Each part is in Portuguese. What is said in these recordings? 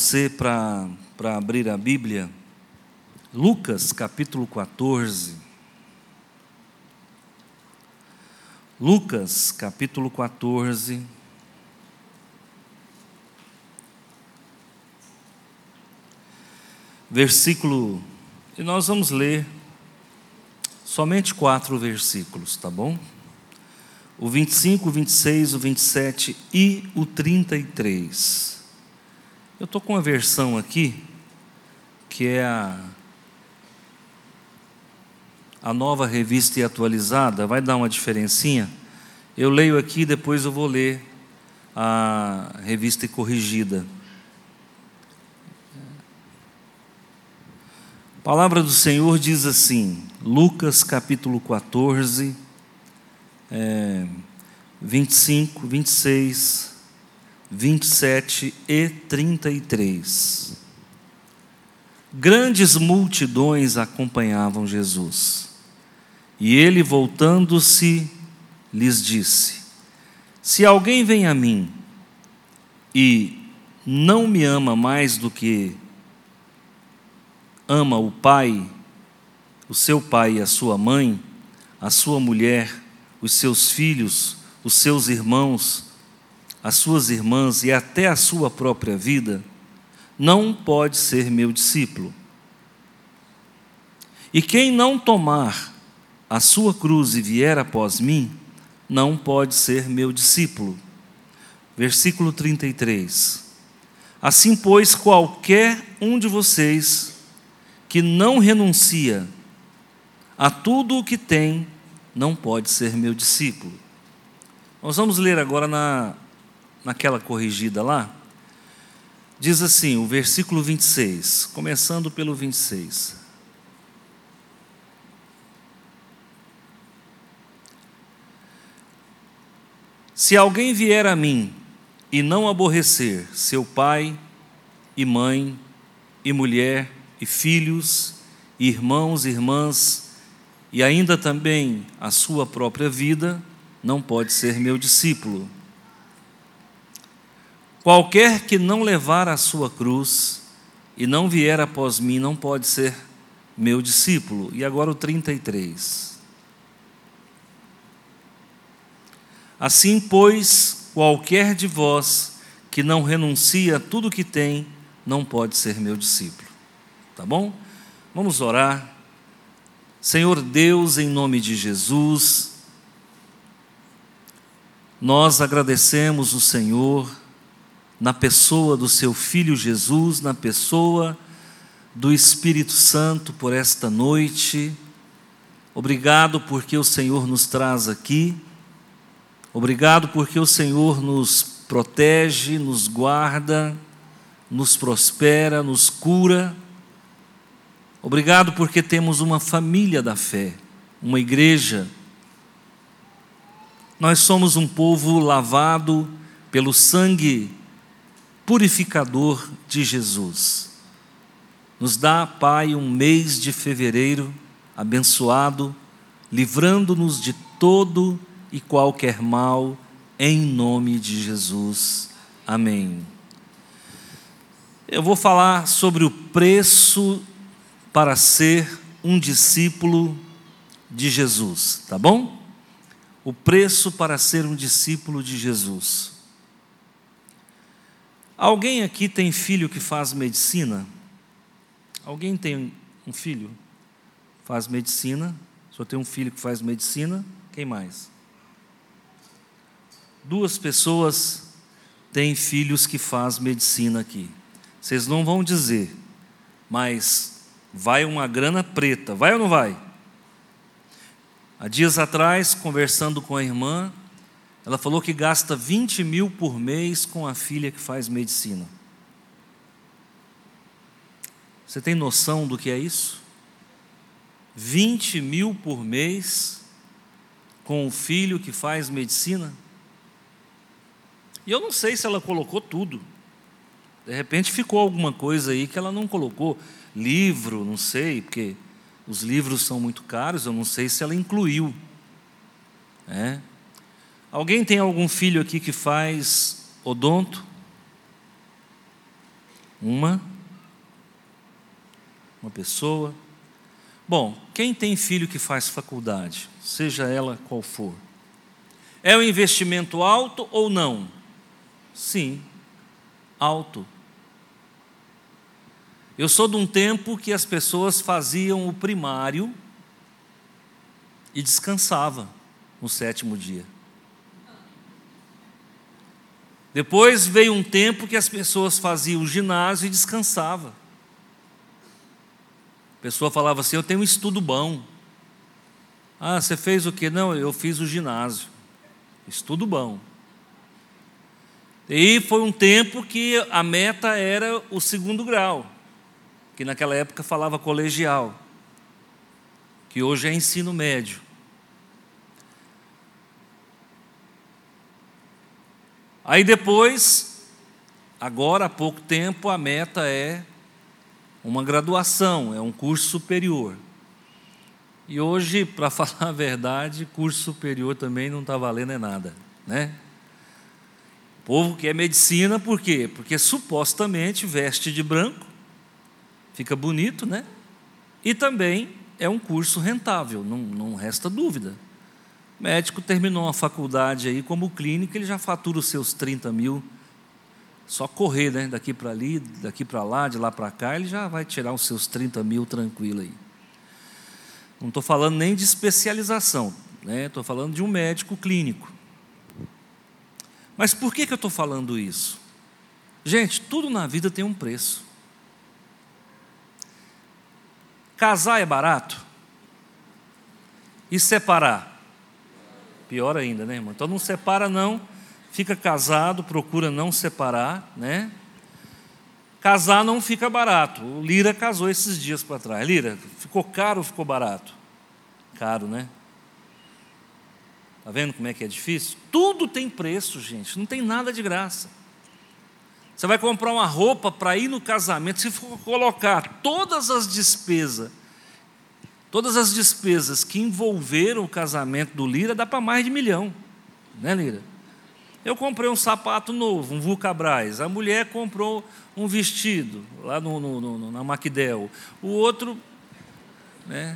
você para abrir a Bíblia, Lucas capítulo 14. Lucas capítulo 14. Versículo, e nós vamos ler somente 4 versículos, tá bom? O 25, o 26, o 27 e o 33. Eu estou com uma versão aqui, que é a nova revista e atualizada, vai dar uma diferencinha. Eu leio aqui, depois eu vou ler a revista e corrigida. A palavra do Senhor diz assim, Lucas capítulo 14, 25, 26, 27 e 33. Grandes multidões acompanhavam Jesus, e ele, voltando-se, lhes disse: se alguém vem a mim e não me ama mais do que ama o pai, o seu pai e a sua mãe, a sua mulher, os seus filhos, os seus irmãos, as suas irmãs e até a sua própria vida, não pode ser meu discípulo. E quem não tomar a sua cruz e vier após mim, não pode ser meu discípulo. Versículo 33. Assim, pois, qualquer um de vocês que não renuncia a tudo o que tem, não pode ser meu discípulo. Nós vamos ler agora naquela corrigida lá. Diz assim, o versículo 26, começando pelo 26. Se alguém vier a mim e não aborrecer seu pai e mãe e mulher e filhos, e irmãos e irmãs, e ainda também a sua própria vida, não pode ser meu discípulo. Qualquer que não levar a sua cruz e não vier após mim, não pode ser meu discípulo. E agora o 33. Assim, pois, qualquer de vós que não renuncia a tudo que tem, não pode ser meu discípulo. Tá bom? Vamos orar. Senhor Deus, em nome de Jesus, nós agradecemos o Senhor na pessoa do seu Filho Jesus, na pessoa do Espírito Santo por esta noite. Obrigado porque o Senhor nos traz aqui. Obrigado porque o Senhor nos protege, nos guarda, nos prospera, nos cura. Obrigado porque temos uma família da fé, uma igreja. Nós somos um povo lavado pelo sangue purificador de Jesus. Nos dá, Pai, um mês de fevereiro abençoado, livrando-nos de todo e qualquer mal, em nome de Jesus. Amém. Eu vou falar sobre o preço para ser um discípulo de Jesus, tá bom? O preço para ser um discípulo de Jesus. Alguém aqui tem filho que faz medicina? Alguém tem um filho que faz medicina? Só tem um filho que faz medicina? Quem mais? 2 pessoas têm filhos que faz medicina aqui. Vocês não vão dizer, mas vai uma grana preta, vai ou não vai? Há dias atrás, conversando com a irmã, ela falou que gasta 20 mil por mês com a filha que faz medicina. Você tem noção do que é isso? 20 mil por mês com o filho que faz medicina? E eu não sei se ela colocou tudo. De repente ficou alguma coisa aí que ela não colocou. Livro, não sei, porque os livros são muito caros, eu não sei se ela incluiu. Alguém tem algum filho aqui que faz odonto? Uma pessoa. Bom, quem tem filho que faz faculdade, seja ela qual for, é um investimento alto ou não? Sim, alto. Eu sou de um tempo que as pessoas faziam o primário e descansavam no 7º dia. Depois veio um tempo que as pessoas faziam o ginásio e descansavam. A pessoa falava assim: eu tenho um estudo bom. Ah, você fez o quê? Não, eu fiz o ginásio. Estudo bom. E foi um tempo que a meta era o 2º grau, que naquela época falava colegial, que hoje é ensino médio. Aí depois, agora há pouco tempo, a meta é uma graduação, é um curso superior. E hoje, para falar a verdade, curso superior também não está valendo nada, né? O povo quer medicina, por quê? Porque supostamente veste de branco, fica bonito, né? E também é um curso rentável, não resta dúvida. O médico terminou uma faculdade aí como clínica, ele já fatura os seus 30 mil. Só correr, né? Daqui para ali, daqui para lá, de lá para cá, ele já vai tirar os seus 30 mil tranquilo aí. Não estou falando nem de especialização, né? Estou falando de um médico clínico. Mas por que eu estou falando isso? Gente, tudo na vida tem um preço. Casar é barato? E separar? Pior ainda, né, irmão? Então não separa não. Fica casado, procura não separar, né? Casar não fica barato. O Lira casou esses dias para trás. Lira, ficou caro ou ficou barato? Caro, né? Está vendo como é que é difícil? Tudo tem preço, gente. Não tem nada de graça. Você vai comprar uma roupa para ir no casamento, se for colocar todas as despesas que envolveram o casamento do Lira, dá para mais de 1 milhão. Né, Lira? Eu comprei um sapato novo, um Vulcabras. A mulher comprou um vestido lá na Maquidel. O outro, né?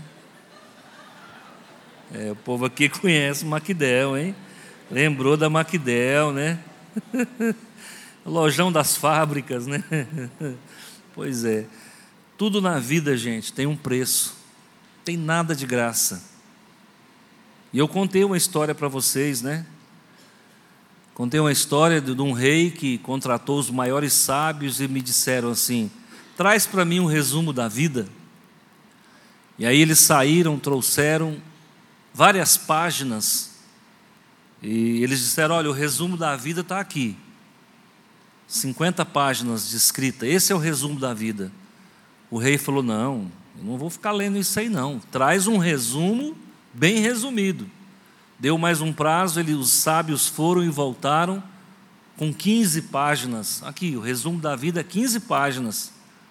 O povo aqui conhece Maquidel, hein? Lembrou da Maquidel, né? Lojão das fábricas, né? Pois é. Tudo na vida, gente, tem um preço. Tem nada de graça. E eu contei uma história para vocês, né? Contei uma história de um rei que contratou os maiores sábios e me disseram assim: traz para mim um resumo da vida. E aí eles saíram, trouxeram várias páginas e eles disseram: olha, o resumo da vida está aqui, 50 páginas de escrita, esse é o resumo da vida. O rei falou: não, eu não vou ficar lendo isso aí não, traz um resumo bem resumido. Deu mais um prazo, os sábios foram e voltaram com 15 páginas. Aqui, o resumo da vida, 15 páginas.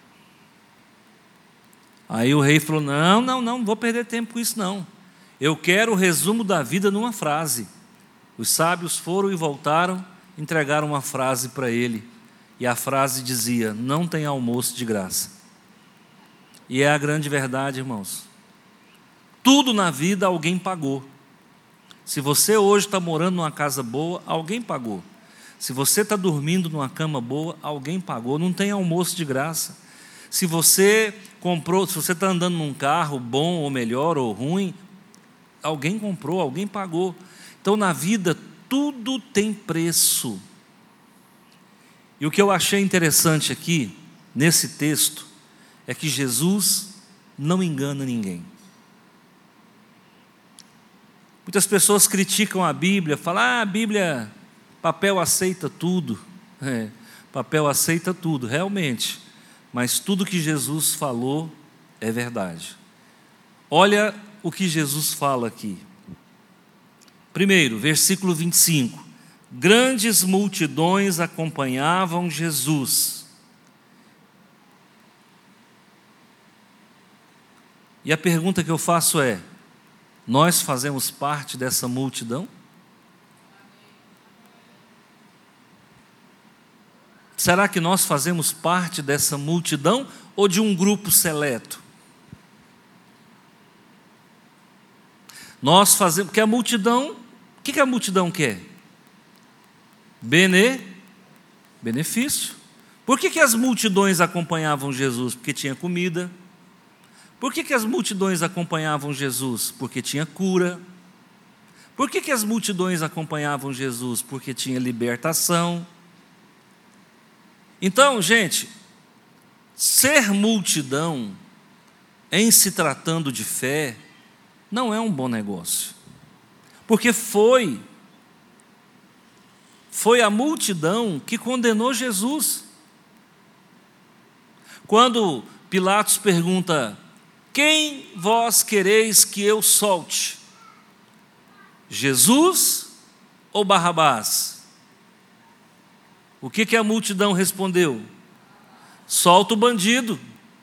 Aí o rei falou: não vou perder tempo com isso não. Eu quero o resumo da vida numa frase. Os sábios foram e voltaram, entregaram uma frase para ele. E a frase dizia: não tem almoço de graça. E é a grande verdade, irmãos. Tudo na vida alguém pagou. Se você hoje está morando numa casa boa, alguém pagou. Se você está dormindo numa cama boa, alguém pagou. Não tem almoço de graça. Se você está andando num carro bom ou melhor ou ruim, alguém comprou, alguém pagou. Então na vida tudo tem preço. E o que eu achei interessante aqui, nesse texto, é que Jesus não engana ninguém. Muitas pessoas criticam a Bíblia, falam: a Bíblia, papel aceita tudo. Papel aceita tudo, realmente. Mas tudo que Jesus falou é verdade. Olha o que Jesus fala aqui. Primeiro, versículo 25. Grandes multidões acompanhavam Jesus. E a pergunta que eu faço é: nós fazemos parte dessa multidão? Será que nós fazemos parte dessa multidão ou de um grupo seleto? Nós fazemos, porque a multidão, o que a multidão quer? Benefício. Por que as multidões acompanhavam Jesus? Porque tinha comida. Por que as multidões acompanhavam Jesus? Porque tinha cura. Por que as multidões acompanhavam Jesus? Porque tinha libertação. Então, gente, ser multidão em se tratando de fé não é um bom negócio, porque foi a multidão que condenou Jesus. Quando Pilatos pergunta: quem vós quereis que eu solte? Jesus ou Barrabás? O que a multidão respondeu? Solta o bandido.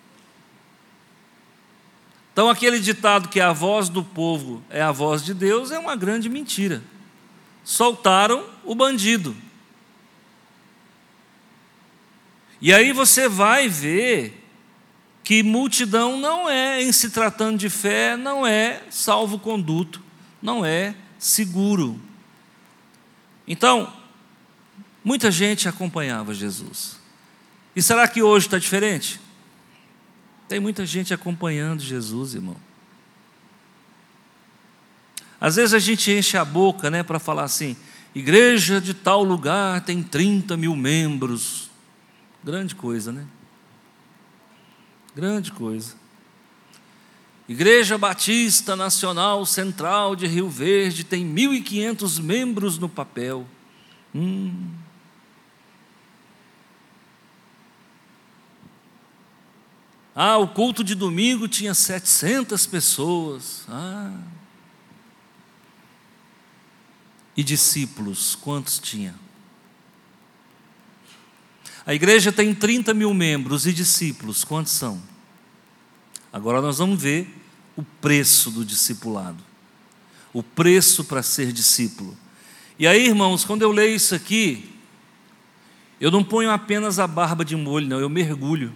Então, aquele ditado que a voz do povo é a voz de Deus é uma grande mentira. Soltaram o bandido. E aí você vai ver que multidão não é, em se tratando de fé, não é salvo-conduto, não é seguro. Então, muita gente acompanhava Jesus. E será que hoje está diferente? Tem muita gente acompanhando Jesus, irmão. Às vezes a gente enche a boca, né, para falar assim: igreja de tal lugar tem 30 mil membros. Grande coisa, né? Grande coisa. Igreja Batista Nacional Central de Rio Verde tem 1.500 membros no papel. O culto de domingo tinha 700 pessoas. E discípulos, quantos tinha? A igreja tem 30 mil membros e discípulos, quantos são? Agora nós vamos ver o preço do discipulado, o preço para ser discípulo. E aí, irmãos, quando eu leio isso aqui, eu não ponho apenas a barba de molho, não, eu mergulho.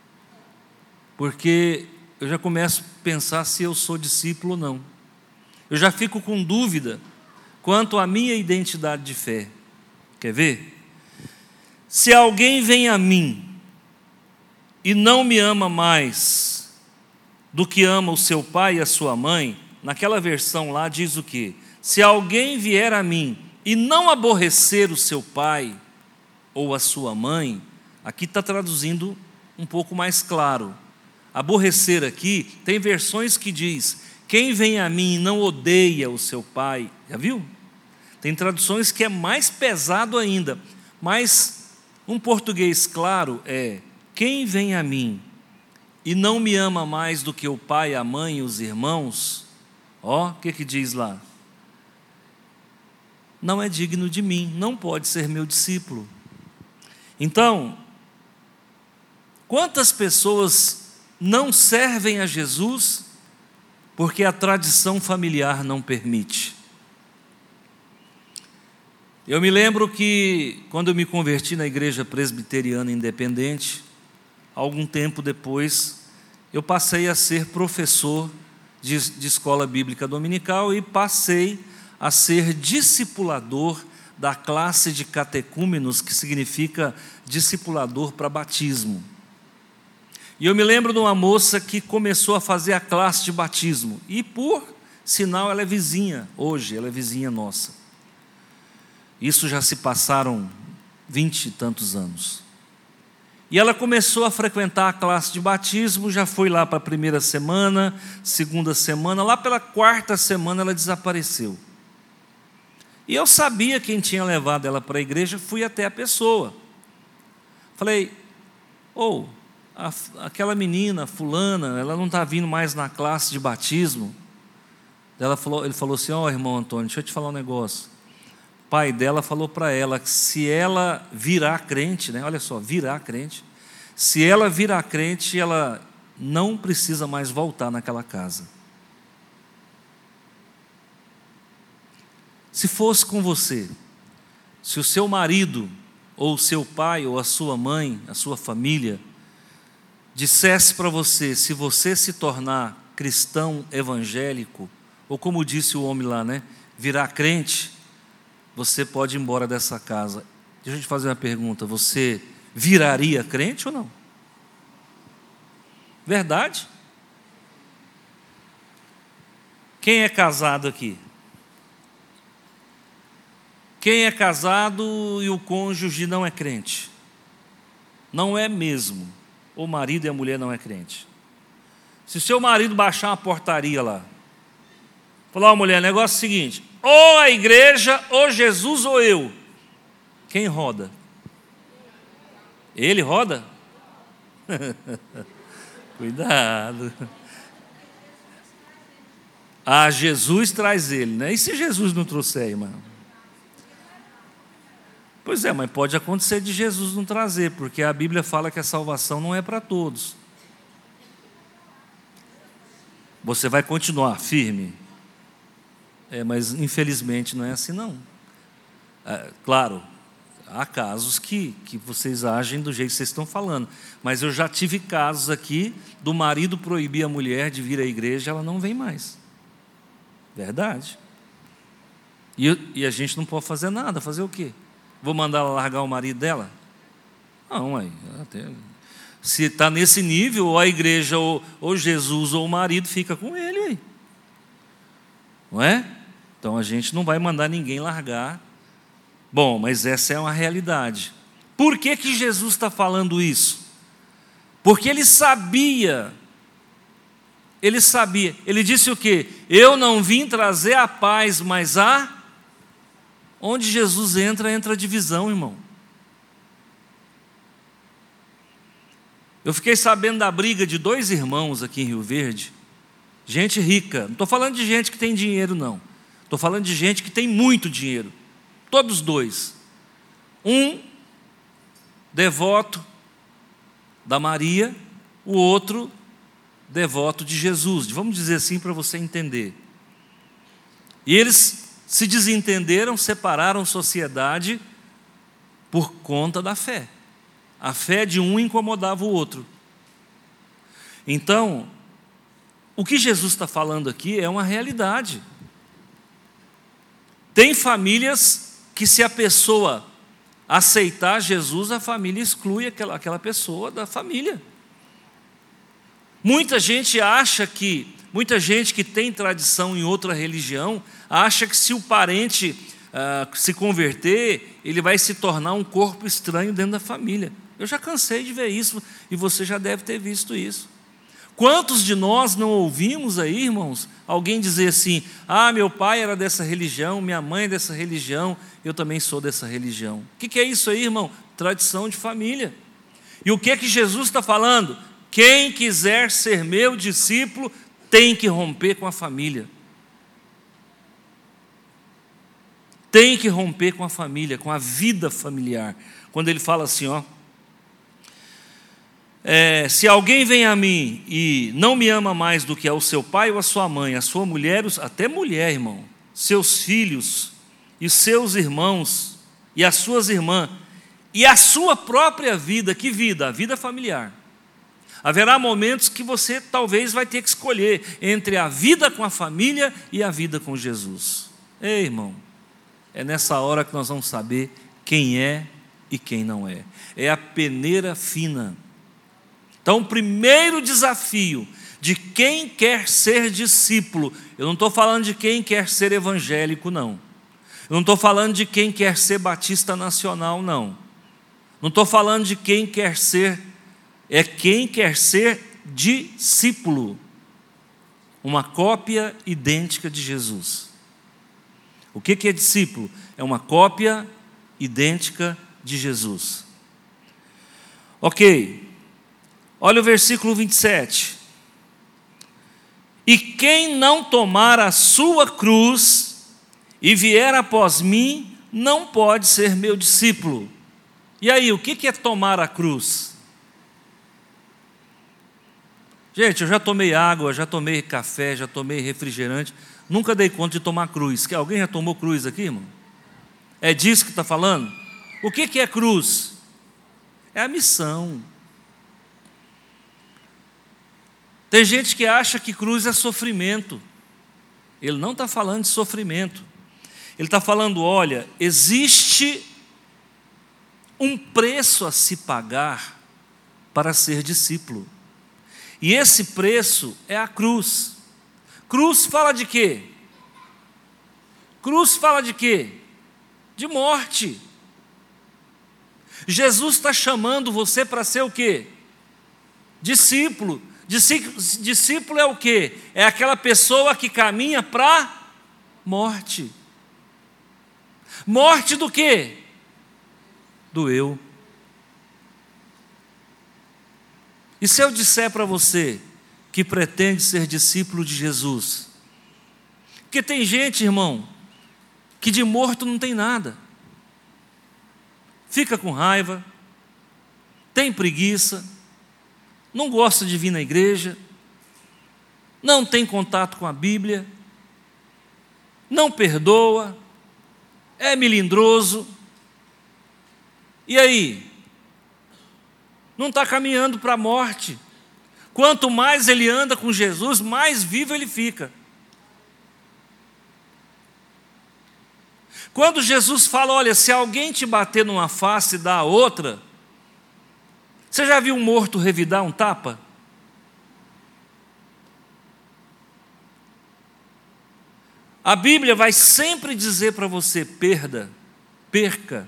Porque eu já começo a pensar se eu sou discípulo ou não. Eu já fico com dúvida quanto à minha identidade de fé. Quer ver? Se alguém vem a mim e não me ama mais do que ama o seu pai e a sua mãe, naquela versão lá diz o quê? Se alguém vier a mim e não aborrecer o seu pai ou a sua mãe, aqui está traduzindo um pouco mais claro. Aborrecer aqui, tem versões que diz: quem vem a mim e não odeia o seu pai. Já viu? Tem traduções que é mais pesado ainda, mas um português claro é: quem vem a mim e não me ama mais do que o pai, a mãe e os irmãos, o que diz lá? Não é digno de mim, não pode ser meu discípulo. Então, quantas pessoas não servem a Jesus porque a tradição familiar não permite? Eu me lembro que quando eu me converti na igreja presbiteriana independente, algum tempo depois, eu passei a ser professor de escola bíblica dominical e passei a ser discipulador da classe de catecúmenos, que significa discipulador para batismo. E eu me lembro de uma moça que começou a fazer a classe de batismo. E por sinal ela é vizinha, hoje ela é vizinha nossa. Isso já se passaram 20 e tantos anos. E ela começou a frequentar a classe de batismo, já foi lá para a primeira semana, segunda semana, lá pela quarta semana ela desapareceu. E eu sabia quem tinha levado ela para a igreja, fui até a pessoa. Falei: aquela menina, fulana, ela não está vindo mais na classe de batismo. Ele falou assim: irmão Antônio, deixa eu te falar um negócio. O pai dela falou para ela que se ela virar crente, né, olha só, virar crente, se ela virar crente, ela não precisa mais voltar naquela casa. Se fosse com você, se o seu marido ou o seu pai, ou a sua mãe, a sua família, dissesse para você, se você se tornar cristão evangélico, ou como disse o homem lá, né, virar crente, você pode ir embora dessa casa. Deixa eu te fazer uma pergunta, você viraria crente ou não? Verdade? Quem é casado aqui? Quem é casado e o cônjuge não é crente? Não é mesmo. O marido e a mulher não é crente. Se o seu marido baixar uma portaria lá, falar, mulher, negócio é o seguinte, ou a igreja, ou Jesus, ou eu. Quem roda? Ele roda? Cuidado. Ah, Jesus traz ele, né? E se Jesus não trouxer, irmão? Pois é, mas pode acontecer de Jesus não trazer, porque a Bíblia fala que a salvação não é para todos. Você vai continuar firme? Mas infelizmente não é assim não. Claro, há casos que vocês agem do jeito que vocês estão falando, mas eu já tive casos aqui do marido proibir a mulher de vir à igreja, ela não vem mais. Verdade. E a gente não pode fazer nada, fazer o quê? Vou mandar ela largar o marido dela? Não, se está nesse nível, ou a igreja, ou Jesus, ou o marido, fica com ele aí. Não é? Então a gente não vai mandar ninguém largar. Bom, mas essa é uma realidade. Por que Jesus está falando isso? Porque ele sabia, ele disse o quê? Eu não vim trazer a paz, mas onde Jesus entra a divisão, irmão. Eu fiquei sabendo da briga de 2 irmãos aqui em Rio Verde, gente rica, não estou falando de gente que tem dinheiro não, estou falando de gente que tem muito dinheiro, todos 2, um devoto da Maria, o outro devoto de Jesus, vamos dizer assim para você entender, e eles se desentenderam, separaram sociedade por conta da fé. A fé de um incomodava o outro. Então, o que Jesus está falando aqui é uma realidade. Tem famílias que, se a pessoa aceitar Jesus, a família exclui aquela pessoa da família. Muita gente que tem tradição em outra religião, acha que se o parente se converter, ele vai se tornar um corpo estranho dentro da família. Eu já cansei de ver isso, e você já deve ter visto isso. Quantos de nós não ouvimos aí, irmãos, alguém dizer assim, meu pai era dessa religião, minha mãe é dessa religião, eu também sou dessa religião. O que é isso aí, irmão? Tradição de família. E o que Jesus está falando? Quem quiser ser meu discípulo, tem que romper com a família. Tem que romper com a família, com a vida familiar. Quando ele fala assim, se alguém vem a mim e não me ama mais do que ao seu pai ou a sua mãe, a sua mulher, até mulher, irmão, seus filhos e seus irmãos e as suas irmãs, e a sua própria vida, que vida? A vida familiar. Haverá momentos que você talvez vai ter que escolher entre a vida com a família e a vida com Jesus. Ei, irmão, é nessa hora que nós vamos saber quem é e quem não é. É a peneira fina. Então, o primeiro desafio de quem quer ser discípulo, eu não estou falando de quem quer ser evangélico, não. Eu não estou falando de quem quer ser batista nacional, não. Não estou falando de quem quer ser, é quem quer ser discípulo. Uma cópia idêntica de Jesus. O que é discípulo? É uma cópia idêntica de Jesus. Ok. Olha o versículo 27. E quem não tomar a sua cruz e vier após mim, não pode ser meu discípulo. E aí, o que é tomar a cruz? Gente, eu já tomei água, já tomei café, já tomei refrigerante, nunca dei conta de tomar cruz. Alguém já tomou cruz aqui, irmão? É disso que está falando? O que é cruz? É a missão. Tem gente que acha que cruz é sofrimento. Ele não está falando de sofrimento. Ele está falando, olha, existe um preço a se pagar para ser discípulo. E esse preço é a cruz. Cruz fala de quê? Cruz fala de quê? De morte. Jesus está chamando você para ser o quê? Discípulo. Discípulo é o quê? É aquela pessoa que caminha para a morte. Morte do quê? Do eu. E se eu disser para você que pretende ser discípulo de Jesus? Porque tem gente, irmão, que de morto não tem nada. Fica com raiva, tem preguiça, não gosta de vir na igreja, não tem contato com a Bíblia, não perdoa, é melindroso. E aí? Não está caminhando para a morte. Quanto mais ele anda com Jesus, mais vivo ele fica. Quando Jesus fala, olha, se alguém te bater numa face e dar a outra, você já viu um morto revidar um tapa? A Bíblia vai sempre dizer para você, perca, perca,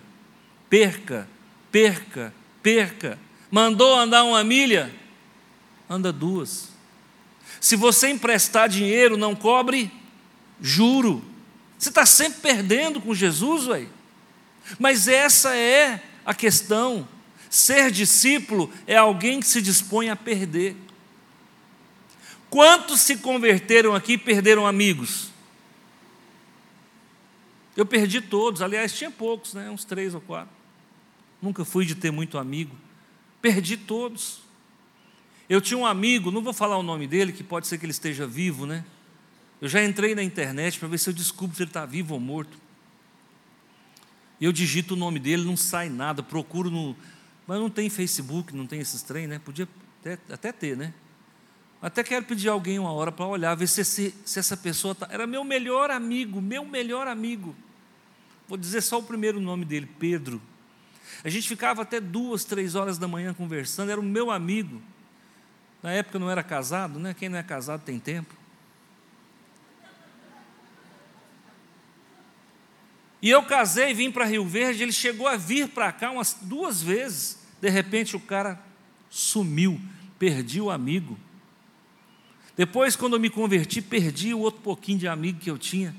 perca, perca. Mandou andar 1 milha, anda 2. Se você emprestar dinheiro, não cobre juro. Você está sempre perdendo com Jesus, ué. Mas essa é a questão. Ser discípulo é alguém que se dispõe a perder. Quantos se converteram aqui e perderam amigos? Eu perdi todos, aliás, tinha poucos, né? Uns 3 ou 4. Nunca fui de ter muito amigo. Perdi todos. Eu tinha um amigo, não vou falar o nome dele, que pode ser que ele esteja vivo, né? Eu já entrei na internet para ver se eu descubro se ele está vivo ou morto. E eu digito o nome dele, não sai nada, procuro no... Mas não tem Facebook, não tem esses trem, né? Podia até ter, né? Até quero pedir a alguém uma hora para olhar, ver se essa pessoa está... Era meu melhor amigo. Vou dizer só o primeiro nome dele, Pedro. A gente ficava até 2, 3 horas da manhã conversando, era o meu amigo. Na época eu não era casado, né? Quem não é casado tem tempo. E eu casei, vim para Rio Verde, ele chegou a vir para cá umas 2 vezes. De repente o cara sumiu, perdi o amigo. Depois, quando eu me converti, perdi o outro pouquinho de amigo que eu tinha.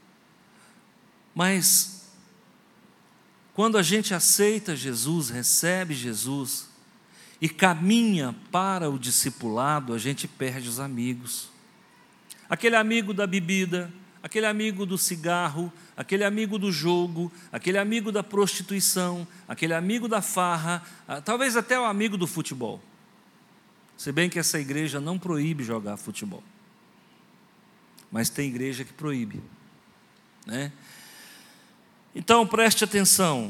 Mas, quando a gente aceita Jesus, recebe Jesus, e caminha para o discipulado, a gente perde os amigos. Aquele amigo da bebida, aquele amigo do cigarro, aquele amigo do jogo, aquele amigo da prostituição, aquele amigo da farra, talvez até o amigo do futebol. Se bem que essa igreja não proíbe jogar futebol, mas tem igreja que proíbe, né? Então preste atenção,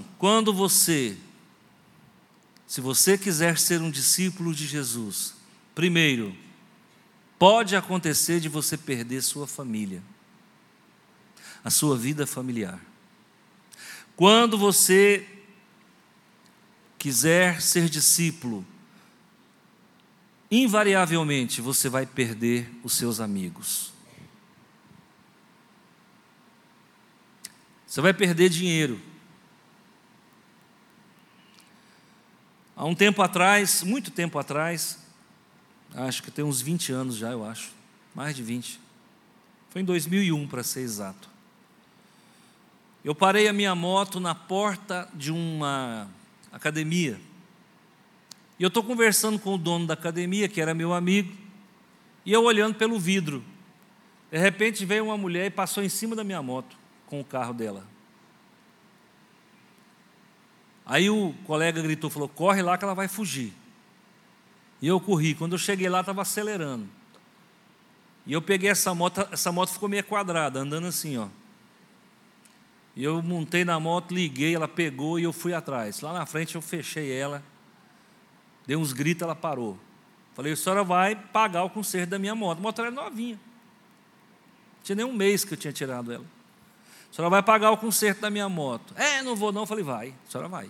se você quiser ser um discípulo de Jesus, primeiro, pode acontecer de você perder sua família, a sua vida familiar. Quando você quiser ser discípulo, invariavelmente você vai perder os seus amigos. Você vai perder dinheiro. Há um tempo atrás, muito tempo atrás, acho que tem uns 20 anos já, eu acho, mais de 20. Foi em 2001, para ser exato. Eu parei a minha moto na porta de uma academia. E eu estou conversando com o dono da academia, que era meu amigo, e eu olhando pelo vidro. De repente veio uma mulher e passou em cima da minha moto, com o carro dela. Aí o colega gritou, falou, corre lá que ela vai fugir. E eu corri, quando eu cheguei lá estava acelerando. E eu peguei essa moto ficou meio quadrada, andando assim, ó. E eu montei na moto, liguei, ela pegou e eu fui atrás. Lá na frente eu fechei ela, dei uns gritos, ela parou. Falei, a senhora vai pagar o conserto da minha moto. A moto era novinha. Não tinha nem um mês que eu tinha tirado ela. A senhora vai pagar o conserto da minha moto. Não vou não. Eu falei, vai, a senhora vai.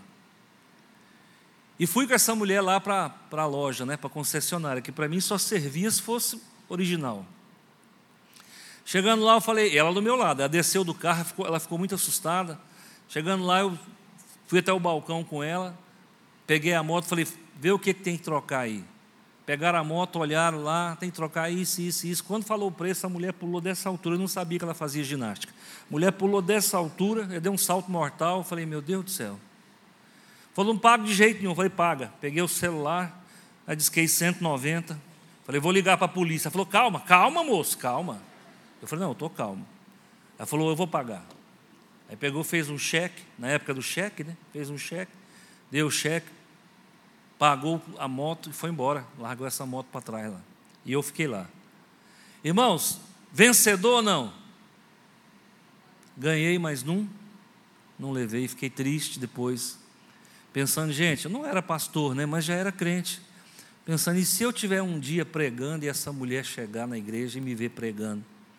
E fui com essa mulher lá para a loja, né, para a concessionária, que para mim só servia se fosse original. Chegando lá, eu falei, ela do meu lado, ela desceu do carro, ela ficou muito assustada. Chegando lá, eu fui até o balcão com ela, peguei a moto, falei, vê o que tem que trocar aí. Pegaram a moto, olharam lá, tem que trocar isso, isso, isso. Quando falou o preço, a mulher pulou dessa altura, eu não sabia que ela fazia ginástica. A mulher pulou dessa altura, eu dei um salto mortal, eu falei, meu Deus do céu. Falou, não pago de jeito nenhum. Eu falei, paga. Peguei o celular, aí disquei 190. Falei, vou ligar para a polícia. Ela falou, calma, calma, moço, calma. Eu falei, não, eu estou calmo. Ela falou, eu vou pagar. Aí pegou, fez um cheque, na época do cheque, né? Fez um cheque, deu o cheque, pagou a moto e foi embora. Largou essa moto para trás lá. E eu fiquei lá. Irmãos, vencedor ou não? Ganhei, mas não levei. Fiquei triste depois. Pensando, gente, eu não era pastor, né? Mas já era crente. Pensando, e se eu tiver um dia pregando e essa mulher chegar na igreja e me ver pregando?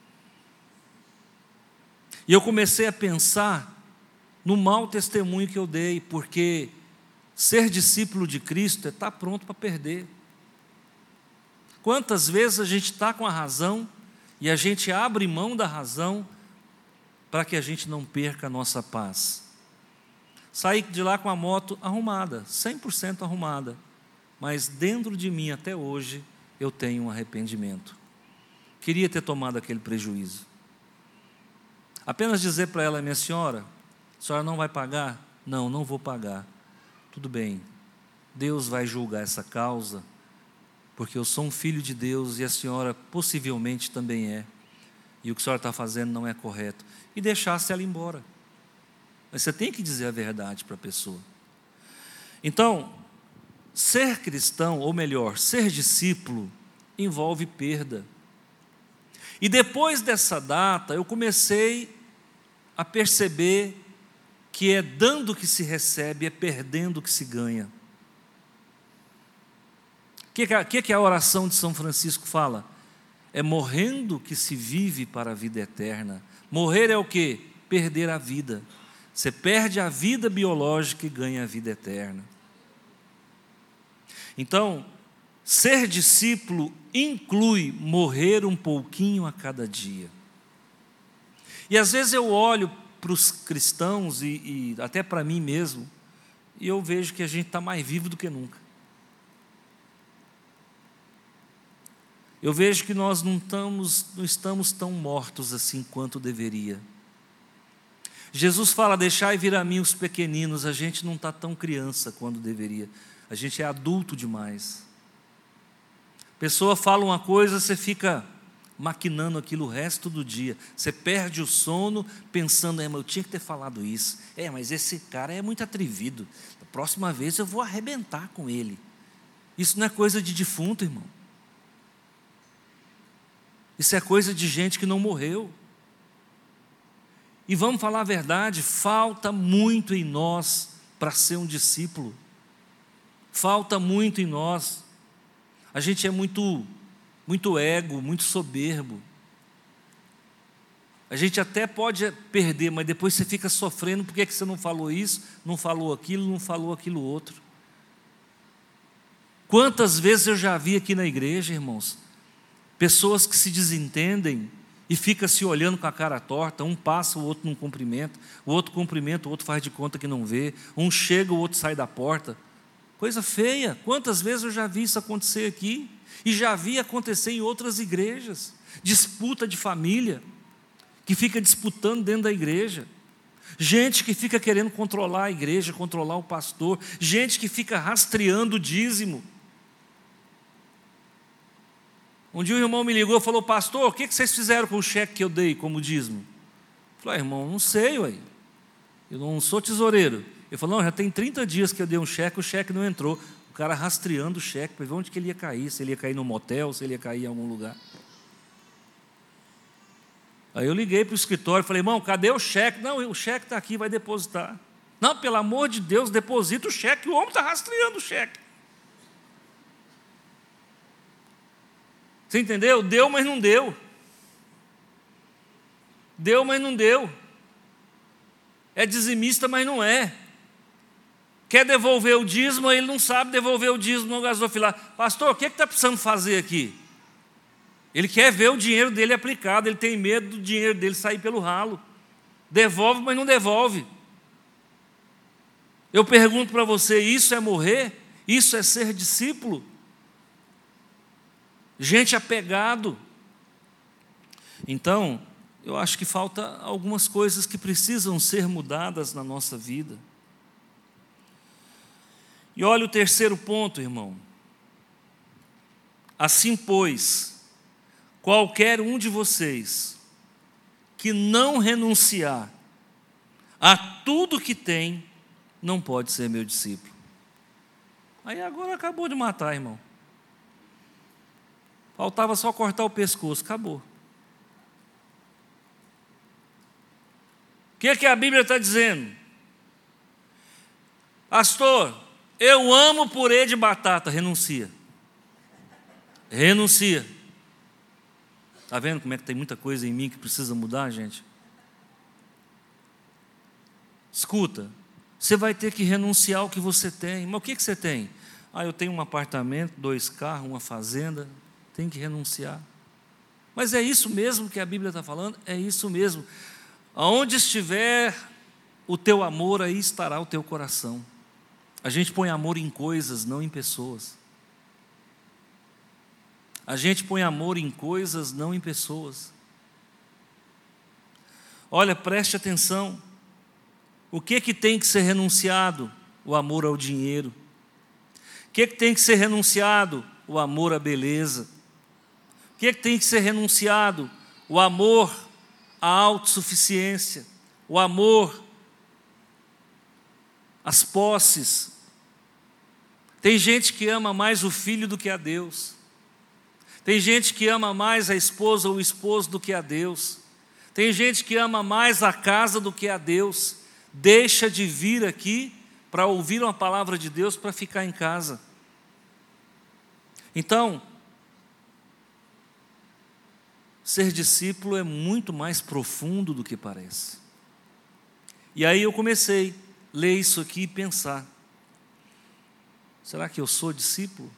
E eu comecei a pensar no mau testemunho que eu dei, porque ser discípulo de Cristo é estar pronto para perder. Quantas vezes a gente está com a razão e a gente abre mão da razão para que a gente não perca a nossa paz. Saí de lá com a moto arrumada, 100% arrumada, mas dentro de mim até hoje eu tenho um arrependimento. Queria ter tomado aquele prejuízo. Apenas dizer para ela, minha senhora, a senhora não vai pagar? Não, não vou pagar. Tudo bem, Deus vai julgar essa causa, porque eu sou um filho de Deus e a senhora possivelmente também é, e o que a senhora está fazendo não é correto. E deixasse ela embora. Mas você tem que dizer a verdade para a pessoa. Então, ser cristão, ou melhor, ser discípulo, envolve perda. E depois dessa data, eu comecei a perceber que é dando que se recebe, é perdendo que se ganha. O que a oração de São Francisco fala? É morrendo que se vive para a vida eterna. Morrer é o quê? Perder a vida. Você perde a vida biológica e ganha a vida eterna. Então, ser discípulo inclui morrer um pouquinho a cada dia. E às vezes eu olho para os cristãos e até para mim mesmo, e eu vejo que a gente está mais vivo do que nunca. Eu vejo que nós não estamos tão mortos assim quanto deveria. Jesus fala, deixai vir a mim os pequeninos, a gente não está tão criança quanto deveria, a gente é adulto demais. A pessoa fala uma coisa, você fica maquinando aquilo o resto do dia, você perde o sono pensando, mas eu tinha que ter falado isso, mas esse cara é muito atrevido, da próxima vez eu vou arrebentar com ele. Isso não é coisa de defunto, irmão. Isso é coisa de gente que não morreu. E vamos falar a verdade, falta muito em nós para ser um discípulo. Falta muito em nós. A gente é muito ego, muito soberbo. A gente até pode perder, mas depois você fica sofrendo, por que você não falou isso, não falou aquilo outro. Quantas vezes eu já vi aqui na igreja, irmãos, pessoas que se desentendem e fica se olhando com a cara torta, um passa, o outro não cumprimenta, o outro cumprimenta, o outro faz de conta que não vê, um chega, o outro sai da porta. Coisa feia. Quantas vezes eu já vi isso acontecer aqui, e já vi acontecer em outras igrejas, disputa de família, que fica disputando dentro da igreja, gente que fica querendo controlar a igreja, controlar o pastor, gente que fica rastreando o dízimo. Um dia o irmão me ligou e falou, pastor, o que vocês fizeram com o cheque que eu dei como dízimo? Eu falei, irmão, não sei, ué. Eu não sou tesoureiro. Ele falou, não, já tem 30 dias que eu dei um cheque, o cheque não entrou. O cara rastreando o cheque para ver onde que ele ia cair, se ele ia cair no motel, se ele ia cair em algum lugar. Aí eu liguei para o escritório e falei, irmão, cadê o cheque? Não, o cheque está aqui, vai depositar. Não, pelo amor de Deus, deposita o cheque, o homem está rastreando o cheque. Você entendeu? Deu, mas não deu. Deu, mas não deu. É dizimista, mas não é. Quer devolver o dízimo, ele não sabe devolver o dízimo no gasofilácio. Pastor, o que está precisando fazer aqui? Ele quer ver o dinheiro dele aplicado, ele tem medo do dinheiro dele sair pelo ralo. Devolve, mas não devolve. Eu pergunto para você, isso é morrer? Isso é ser discípulo? Gente apegado. Então, eu acho que falta algumas coisas que precisam ser mudadas na nossa vida. E olha o terceiro ponto, irmão. Assim, pois, qualquer um de vocês que não renunciar a tudo que tem, não pode ser meu discípulo. Aí agora acabou de matar, irmão. Faltava só cortar o pescoço, acabou. O que a Bíblia está dizendo? Pastor, eu amo purê de batata, renuncia. Renuncia. Está vendo como é que tem muita coisa em mim que precisa mudar, gente? Escuta, você vai ter que renunciar ao que você tem. Mas o que você tem? Eu tenho um apartamento, 2 carros, uma fazenda. Tem que renunciar. Mas é isso mesmo que a Bíblia está falando? É isso mesmo. Aonde estiver o teu amor, aí estará o teu coração. A gente põe amor em coisas, não em pessoas. A gente põe amor em coisas, não em pessoas. Olha, preste atenção. O que tem que ser renunciado? O amor ao dinheiro. O que tem que ser renunciado? O amor à beleza. O que tem que ser renunciado? O amor à autossuficiência. O amor às posses. Tem gente que ama mais o filho do que a Deus. Tem gente que ama mais a esposa ou o esposo do que a Deus. Tem gente que ama mais a casa do que a Deus. Deixa de vir aqui para ouvir uma palavra de Deus para ficar em casa. Então, ser discípulo é muito mais profundo do que parece. E aí eu comecei a ler isso aqui e pensar. Será que eu sou discípulo?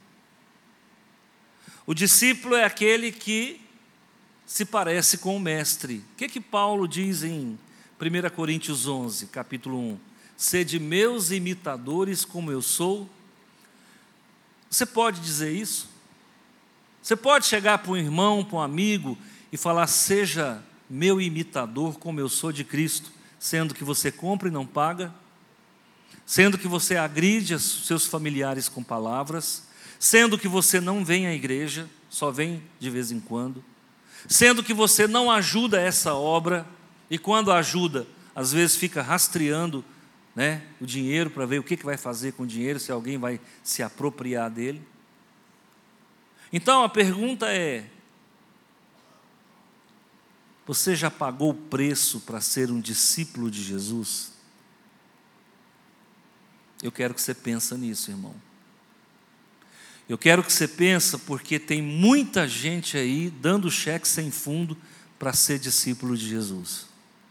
O discípulo é aquele que se parece com o mestre. O que Paulo diz em 1 Coríntios 11, capítulo 1? Sede meus imitadores como eu sou. Você pode dizer isso? Você pode chegar para um irmão, para um amigo e falar, seja meu imitador como eu sou de Cristo, sendo que você compra e não paga, sendo que você agride os seus familiares com palavras, sendo que você não vem à igreja, só vem de vez em quando, sendo que você não ajuda essa obra, e quando ajuda, às vezes fica rastreando, o dinheiro para ver o que vai fazer com o dinheiro, se alguém vai se apropriar dele. Então a pergunta é, você já pagou o preço para ser um discípulo de Jesus? Eu quero que você pense nisso, irmão. Eu quero que você pense, porque tem muita gente aí dando cheque sem fundo para ser discípulo de Jesus.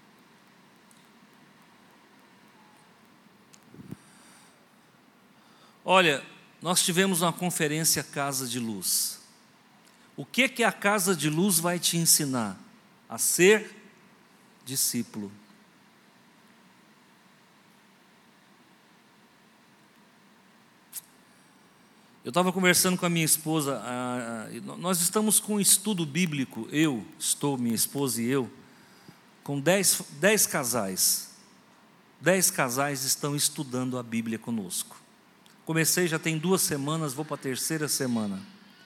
Olha, nós tivemos uma conferência Casa de Luz. O que a Casa de Luz vai te ensinar? A ser discípulo. Eu estava conversando com a minha esposa, nós estamos com um estudo bíblico, minha esposa e eu, com 10 casais. 10 casais estão estudando a Bíblia conosco. Comecei já tem 2 semanas, vou para a 3ª semana.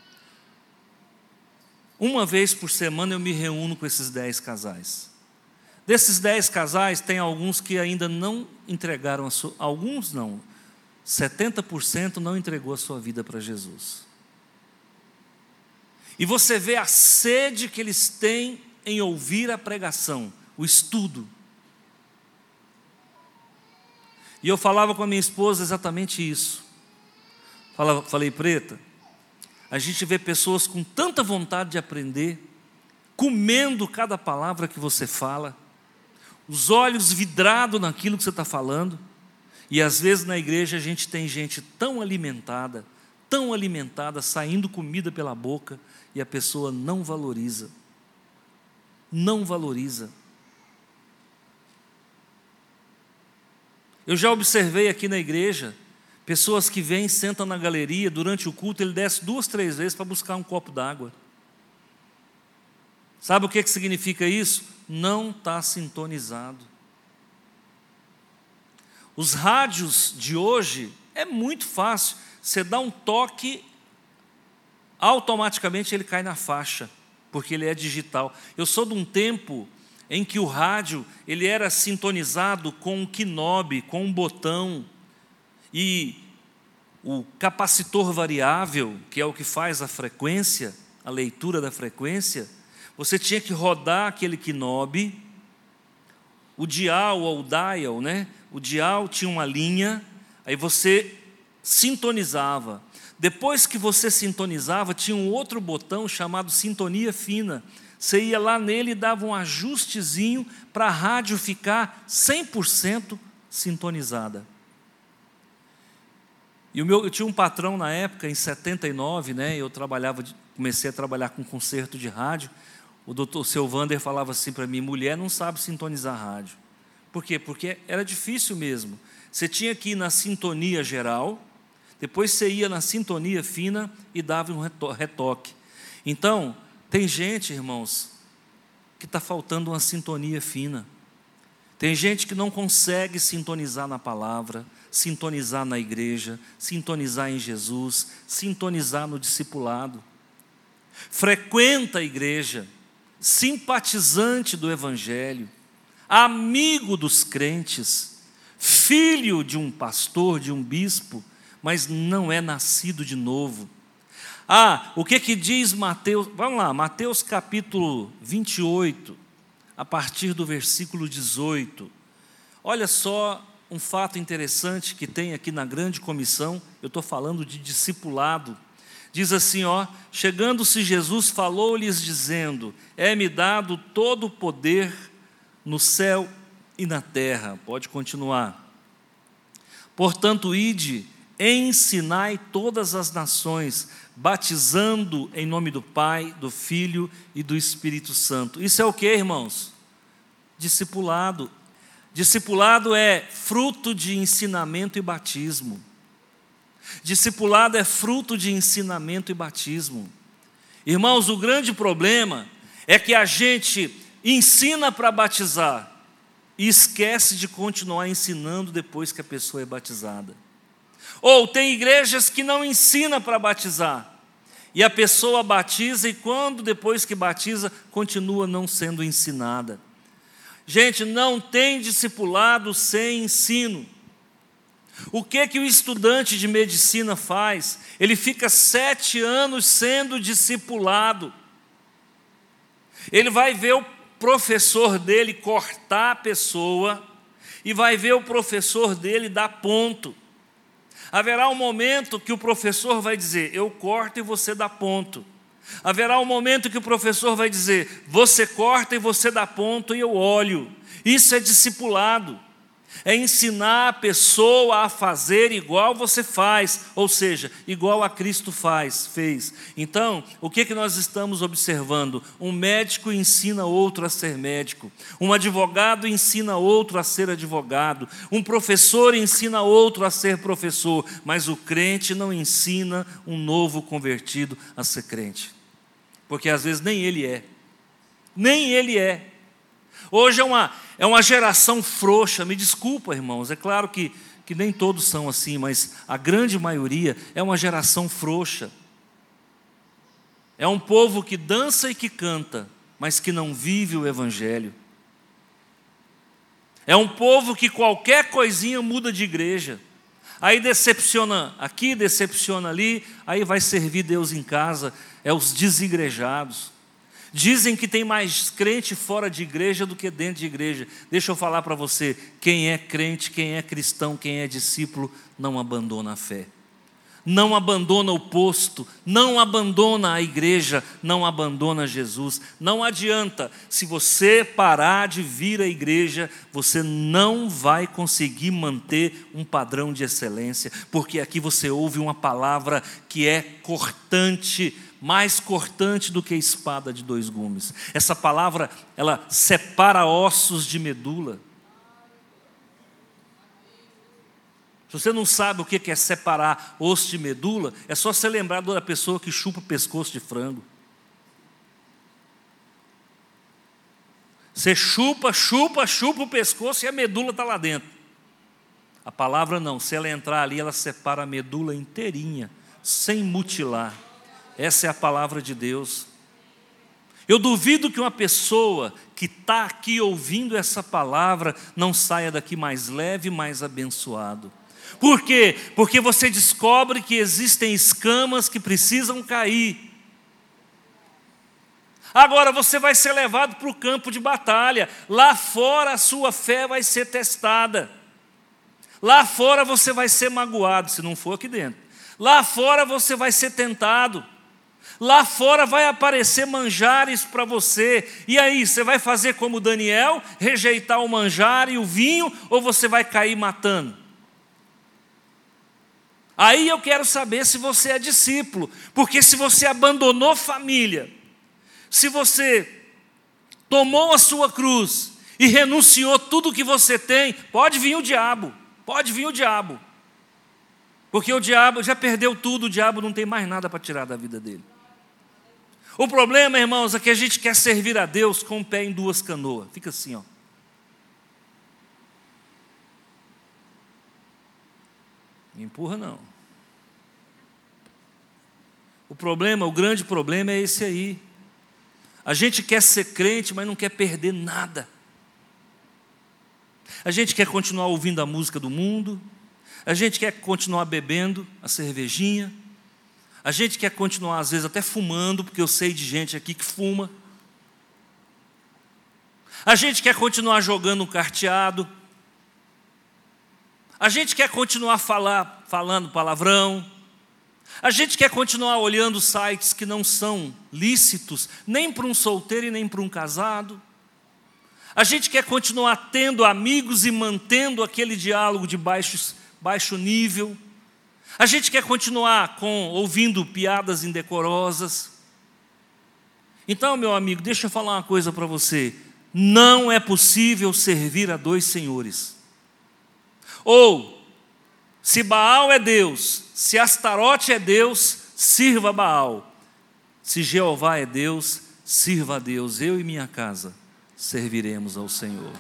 Uma vez por semana eu me reúno com esses 10 casais. Desses 10 casais, tem alguns que ainda não entregaram alguns não, 70% não entregou a sua vida para Jesus. E você vê a sede que eles têm em ouvir a pregação, o estudo. E eu falava com a minha esposa exatamente isso. Falei, Preta, a gente vê pessoas com tanta vontade de aprender, comendo cada palavra que você fala, os olhos vidrados naquilo que você está falando, e às vezes na igreja a gente tem gente tão alimentada, saindo comida pela boca, e a pessoa não valoriza. Não valoriza. Eu já observei aqui na igreja, pessoas que vêm, sentam na galeria, durante o culto ele desce 2, 3 vezes para buscar um copo d'água. Sabe o que significa isso? Não está sintonizado. Os rádios de hoje é muito fácil, você dá um toque, automaticamente ele cai na faixa, porque ele é digital. Eu sou de um tempo em que o rádio ele era sintonizado com um knob, com um botão, e o capacitor variável, que é o que faz a frequência, a leitura da frequência, você tinha que rodar aquele knob, o dial ou o dial, né? O dial tinha uma linha, aí você sintonizava. Depois que você sintonizava, tinha um outro botão chamado sintonia fina. Você ia lá nele e dava um ajustezinho para a rádio ficar 100% sintonizada. E eu tinha um patrão na época, em 79, né, comecei a trabalhar com concerto de rádio. O seu Wander falava assim para mim, mulher não sabe sintonizar rádio. Por quê? Porque era difícil mesmo. Você tinha que ir na sintonia geral, depois você ia na sintonia fina e dava um retoque. Então, tem gente, irmãos, que está faltando uma sintonia fina. Tem gente que não consegue sintonizar na palavra, sintonizar na igreja, sintonizar em Jesus, sintonizar no discipulado. Frequenta a igreja, simpatizante do evangelho, amigo dos crentes, filho de um pastor, de um bispo, mas não é nascido de novo. O que diz Mateus? Vamos lá, Mateus capítulo 28, a partir do versículo 18. Olha só um fato interessante que tem aqui na grande comissão, eu estou falando de discipulado. Diz assim, chegando-se Jesus, falou-lhes dizendo, é-me dado todo o poder no céu e na terra. Pode continuar. Portanto, ide, ensinai todas as nações, batizando em nome do Pai, do Filho e do Espírito Santo. Isso é o que, irmãos? Discipulado. Discipulado é fruto de ensinamento e batismo. Discipulado é fruto de ensinamento e batismo. Irmãos, o grande problema é que a gente ensina para batizar e esquece de continuar ensinando depois que a pessoa é batizada. Ou tem igrejas que não ensinam para batizar e a pessoa batiza e depois que batiza, continua não sendo ensinada. Gente, não tem discipulado sem ensino. O que o estudante de medicina faz? Ele fica 7 anos sendo discipulado. Ele vai ver o professor dele cortar a pessoa e vai ver o professor dele dar ponto. Haverá um momento que o professor vai dizer, eu corto e você dá ponto. Haverá um momento que o professor vai dizer, você corta e você dá ponto e eu olho. Isso é discipulado. É ensinar a pessoa a fazer igual você faz, ou seja, igual a Cristo fez. Então, o que nós estamos observando? Um médico ensina outro a ser médico, um advogado ensina outro a ser advogado, um professor ensina outro a ser professor, mas o crente não ensina um novo convertido a ser crente, porque às vezes nem ele é. Hoje é uma geração frouxa, me desculpa, irmãos, é claro que nem todos são assim, mas a grande maioria é uma geração frouxa. É um povo que dança e que canta, mas que não vive o evangelho. É um povo que qualquer coisinha muda de igreja. Aí decepciona aqui, decepciona ali, aí vai servir Deus em casa, é os desigrejados. Dizem que tem mais crente fora de igreja do que dentro de igreja. Deixa eu falar para você, quem é crente, quem é cristão, quem é discípulo, não abandona a fé. Não abandona o posto, não abandona a igreja, não abandona Jesus. Não adianta, se você parar de vir à igreja, você não vai conseguir manter um padrão de excelência, porque aqui você ouve uma palavra que é cortante, mais cortante do que espada de dois gumes. Essa palavra, ela separa ossos de medula. Se você não sabe o que é separar osso de medula, é só você lembrar da pessoa que chupa o pescoço de frango. Você chupa o pescoço e a medula está lá dentro. A palavra não, se ela entrar ali, ela separa a medula inteirinha, sem mutilar. Essa é a palavra de Deus. Eu duvido que uma pessoa que está aqui ouvindo essa palavra não saia daqui mais leve, mais abençoado. Por quê? Porque você descobre que existem escamas que precisam cair. Agora você vai ser levado para o campo de batalha. Lá fora a sua fé vai ser testada. Lá fora você vai ser magoado, se não for aqui dentro. Lá fora você vai ser tentado. Lá fora vai aparecer manjares para você. E aí, você vai fazer como Daniel, rejeitar o manjar e o vinho, ou você vai cair matando? Aí eu quero saber se você é discípulo, porque se você abandonou família, se você tomou a sua cruz e renunciou tudo que você tem, pode vir o diabo, porque o diabo já perdeu tudo, o diabo não tem mais nada para tirar da vida dele. O problema, irmãos, é que a gente quer servir a Deus com o pé em duas canoas, fica assim, ó. Me empurra não. O grande problema é esse aí. A gente quer ser crente, mas não quer perder nada. A gente quer continuar ouvindo a música do mundo. A gente quer continuar bebendo a cervejinha. A gente quer continuar, às vezes, até fumando, porque eu sei de gente aqui que fuma. A gente quer continuar jogando um carteado. A gente quer continuar falando palavrão. A gente quer continuar olhando sites que não são lícitos, nem para um solteiro e nem para um casado. A gente quer continuar tendo amigos e mantendo aquele diálogo de baixo nível. A gente quer continuar ouvindo piadas indecorosas. Então, meu amigo, deixa eu falar uma coisa para você. Não é possível servir a dois senhores. Ou, se Baal é Deus, se Astarote é Deus, sirva Baal. Se Jeová é Deus, sirva a Deus. Eu e minha casa serviremos ao Senhor.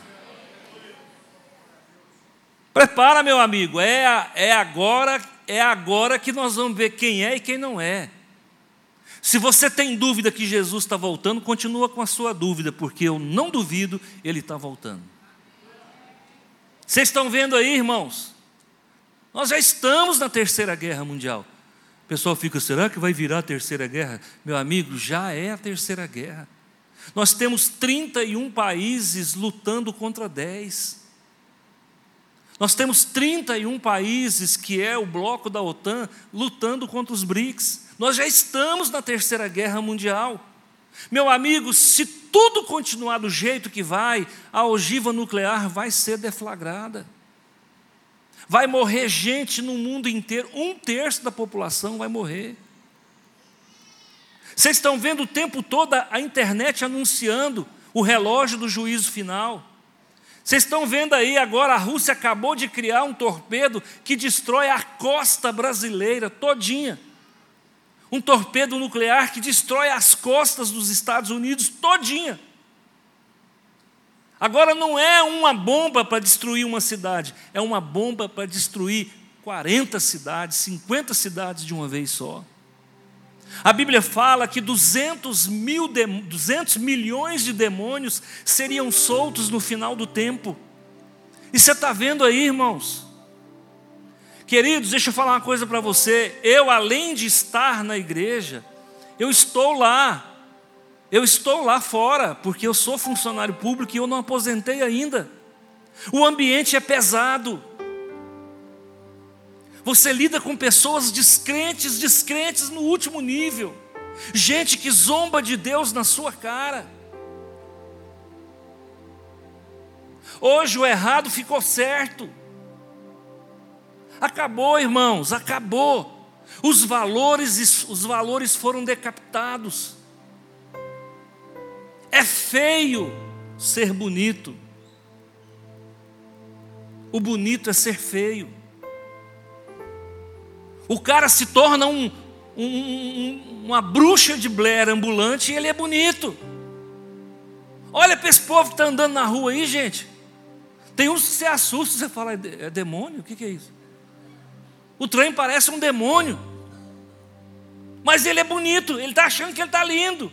Prepara, meu amigo, é agora que nós vamos ver quem é e quem não é. Se você tem dúvida que Jesus está voltando, continua com a sua dúvida, porque eu não duvido, Ele está voltando. Vocês estão vendo aí, irmãos? Nós já estamos na Terceira Guerra Mundial. O pessoal fica, será que vai virar a Terceira Guerra? Meu amigo, já é a Terceira Guerra. Nós temos 31 países lutando contra 10. Nós temos 31 países, que é o bloco da OTAN, lutando contra os BRICS. Nós já estamos na Terceira Guerra Mundial. Meu amigo, se tudo continuar do jeito que vai, a ogiva nuclear vai ser deflagrada. Vai morrer gente no mundo inteiro, 1/3 da população vai morrer. Vocês estão vendo o tempo todo a internet anunciando o relógio do juízo final. Vocês estão vendo aí agora, a Rússia acabou de criar um torpedo que destrói a costa brasileira todinha. Um torpedo nuclear que destrói as costas dos Estados Unidos todinha. Agora não é uma bomba para destruir uma cidade, é uma bomba para destruir 40 cidades, 50 cidades de uma vez só. A Bíblia fala que 200 milhões de demônios seriam soltos no final do tempo. E você está vendo aí, irmãos? Queridos, deixa eu falar uma coisa para você. Eu, além de estar na igreja, eu estou lá. Eu estou lá fora porque eu sou funcionário público e eu não aposentei ainda. O ambiente é pesado. Você lida com pessoas descrentes no último nível. Gente que zomba de Deus na sua cara. Hoje o errado ficou certo. Acabou, irmãos, acabou. Os valores foram decapitados. É feio ser bonito. O bonito é ser feio. O cara se torna uma bruxa de Blair ambulante e ele é bonito. Olha para esse povo que está andando na rua aí, gente. Tem uns que você assusta, você fala, é demônio? O que é isso? O trem parece um demônio. Mas ele é bonito, ele está achando que ele está lindo.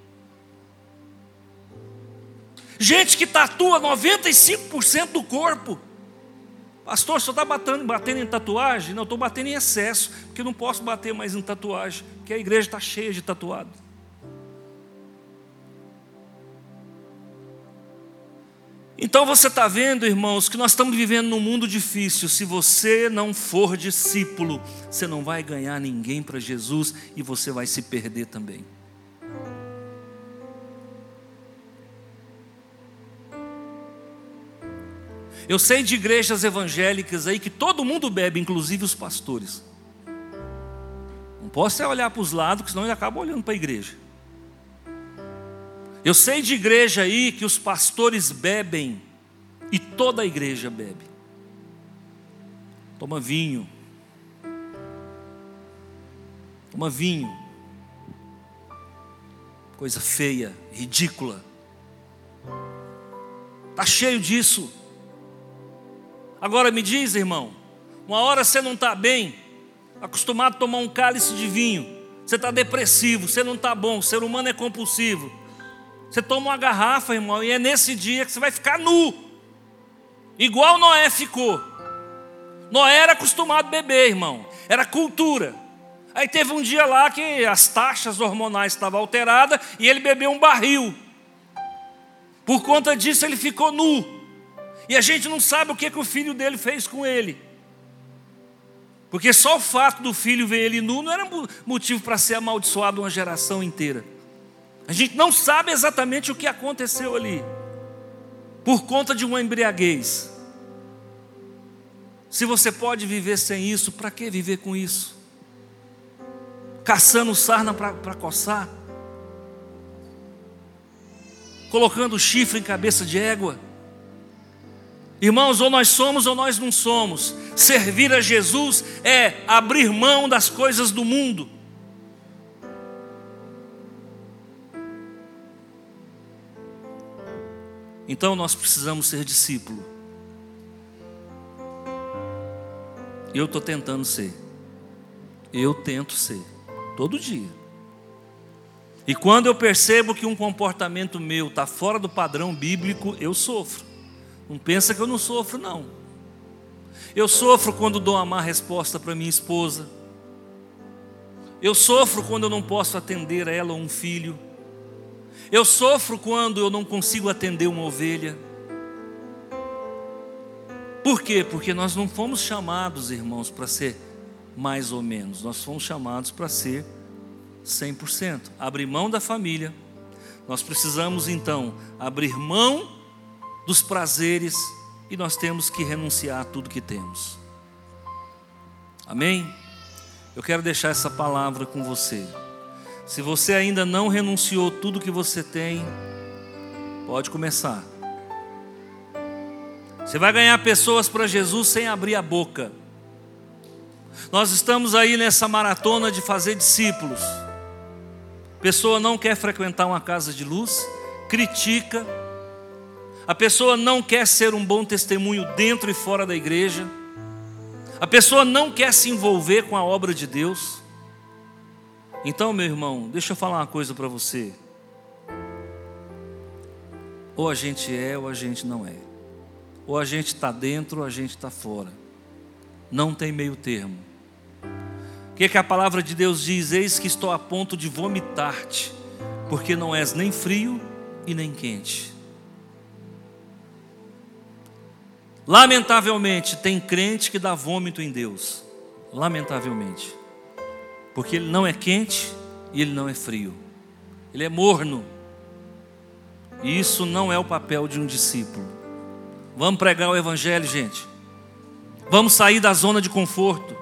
Gente que tatua 95% do corpo. Pastor, só está batendo em tatuagem? Não, estou batendo em excesso, porque eu não posso bater mais em tatuagem, porque a igreja está cheia de tatuado. Então você está vendo, irmãos, que nós estamos vivendo num mundo difícil. Se você não for discípulo, você não vai ganhar ninguém para Jesus e você vai se perder também. Eu sei de igrejas evangélicas aí que todo mundo bebe, inclusive os pastores. Não posso olhar para os lados, porque senão ele acaba olhando para a igreja. Eu sei de igreja aí que os pastores bebem e toda a igreja bebe. Toma vinho. Toma vinho. Coisa feia, ridícula. Está cheio disso. Agora me diz, irmão, uma hora você não está bem, acostumado a tomar um cálice de vinho, você está depressivo, você não está bom, o ser humano é compulsivo. Você toma uma garrafa, irmão, e é nesse dia que você vai ficar nu, igual Noé ficou. Noé era acostumado a beber, irmão, era cultura. Aí teve um dia lá que as taxas hormonais estavam alteradas e ele bebeu um barril. Por conta disso ele ficou nu. E a gente não sabe o que o filho dele fez com ele. Porque só o fato do filho ver ele nu não era motivo para ser amaldiçoado uma geração inteira. A gente não sabe exatamente o que aconteceu ali. Por conta de uma embriaguez. Se você pode viver sem isso, para que viver com isso? Caçando sarna para coçar? Colocando chifre em cabeça de égua? Irmãos, ou nós somos ou nós não somos. Servir a Jesus é abrir mão das coisas do mundo. Então nós precisamos ser discípulo. Eu estou tentando ser. Eu tento ser. Todo dia. E quando eu percebo que um comportamento meu está fora do padrão bíblico, eu sofro. Não pensa que eu não sofro, não. Eu sofro quando dou uma má resposta para minha esposa. Eu sofro quando eu não posso atender ela ou um filho. Eu sofro quando eu não consigo atender uma ovelha. Por quê? Porque nós não fomos chamados, irmãos, para ser mais ou menos. Nós fomos chamados para ser 100%. Abrir mão da família. Nós precisamos, então, abrir mão dos prazeres e nós temos que renunciar a tudo que temos. Amém? Eu quero deixar essa palavra com você. Se você ainda não renunciou tudo que você tem, pode começar. Você vai ganhar pessoas para Jesus sem abrir a boca. Nós estamos aí nessa maratona de fazer discípulos. A pessoa não quer frequentar uma casa de luz, critica. A pessoa não quer ser um bom testemunho dentro e fora da igreja. A pessoa não quer se envolver com a obra de Deus. Então, meu irmão, deixa eu falar uma coisa para você. Ou a gente é ou a gente não é. Ou a gente está dentro ou a gente está fora. Não tem meio termo. O que a palavra de Deus diz? Eis que estou a ponto de vomitar-te porque não és nem frio e nem quente. Lamentavelmente, tem crente que dá vômito em Deus. Lamentavelmente. Porque Ele não é quente e Ele não é frio. Ele é morno. E isso não é o papel de um discípulo. Vamos pregar o Evangelho, gente. Vamos sair da zona de conforto.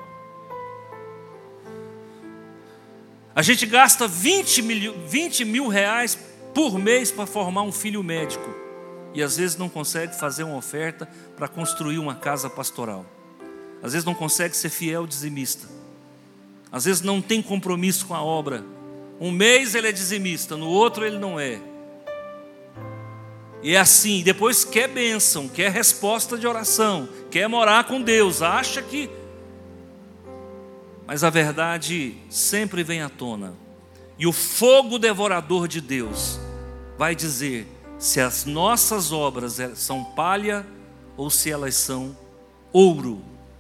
A gente gasta 20 mil reais por mês para formar um filho médico. E às vezes não consegue fazer uma oferta para construir uma casa pastoral. Às vezes não consegue ser fiel dizimista. Às vezes não tem compromisso com a obra. Um mês ele é dizimista, no outro ele não é. E é assim, depois quer bênção, quer resposta de oração, quer morar com Deus, acha que... Mas a verdade sempre vem à tona. E o fogo devorador de Deus vai dizer se as nossas obras são palha ou se elas são ouro.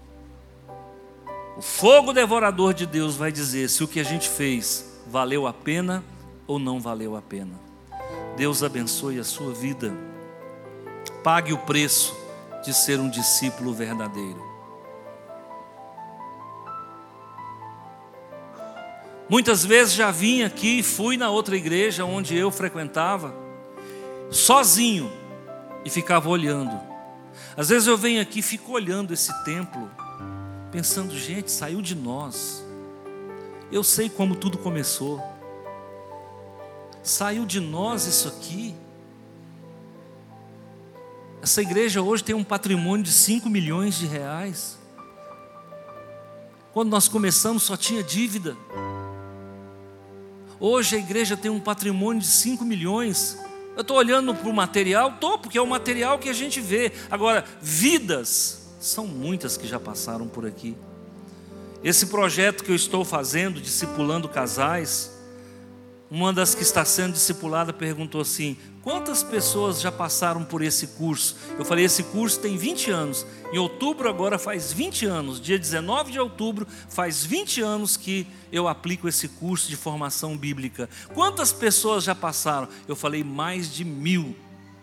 O fogo devorador de Deus vai dizer se o que a gente fez valeu a pena ou não valeu a pena. Deus abençoe a sua vida. Pague o preço de ser um discípulo verdadeiro. Muitas vezes já vim aqui, fui na outra igreja onde eu frequentava, sozinho, e ficava olhando. Às vezes eu venho aqui e fico olhando esse templo, pensando, gente, saiu de nós. Eu sei como tudo começou. Saiu de nós isso aqui. Essa igreja hoje tem um patrimônio de 5 milhões de reais. Quando nós começamos só tinha dívida. Hoje a igreja tem um patrimônio de 5 milhões. Eu estou olhando para o material? Estou, porque é o material que a gente vê. Agora, vidas, são muitas que já passaram por aqui. Esse projeto que eu estou fazendo, discipulando casais, uma das que está sendo discipulada perguntou assim: quantas pessoas já passaram por esse curso? Eu falei, esse curso tem 20 anos. Em outubro agora faz 20 anos. Dia 19 de outubro faz 20 anos que eu aplico esse curso de formação bíblica. Quantas pessoas já passaram? Eu falei, mais de 1000.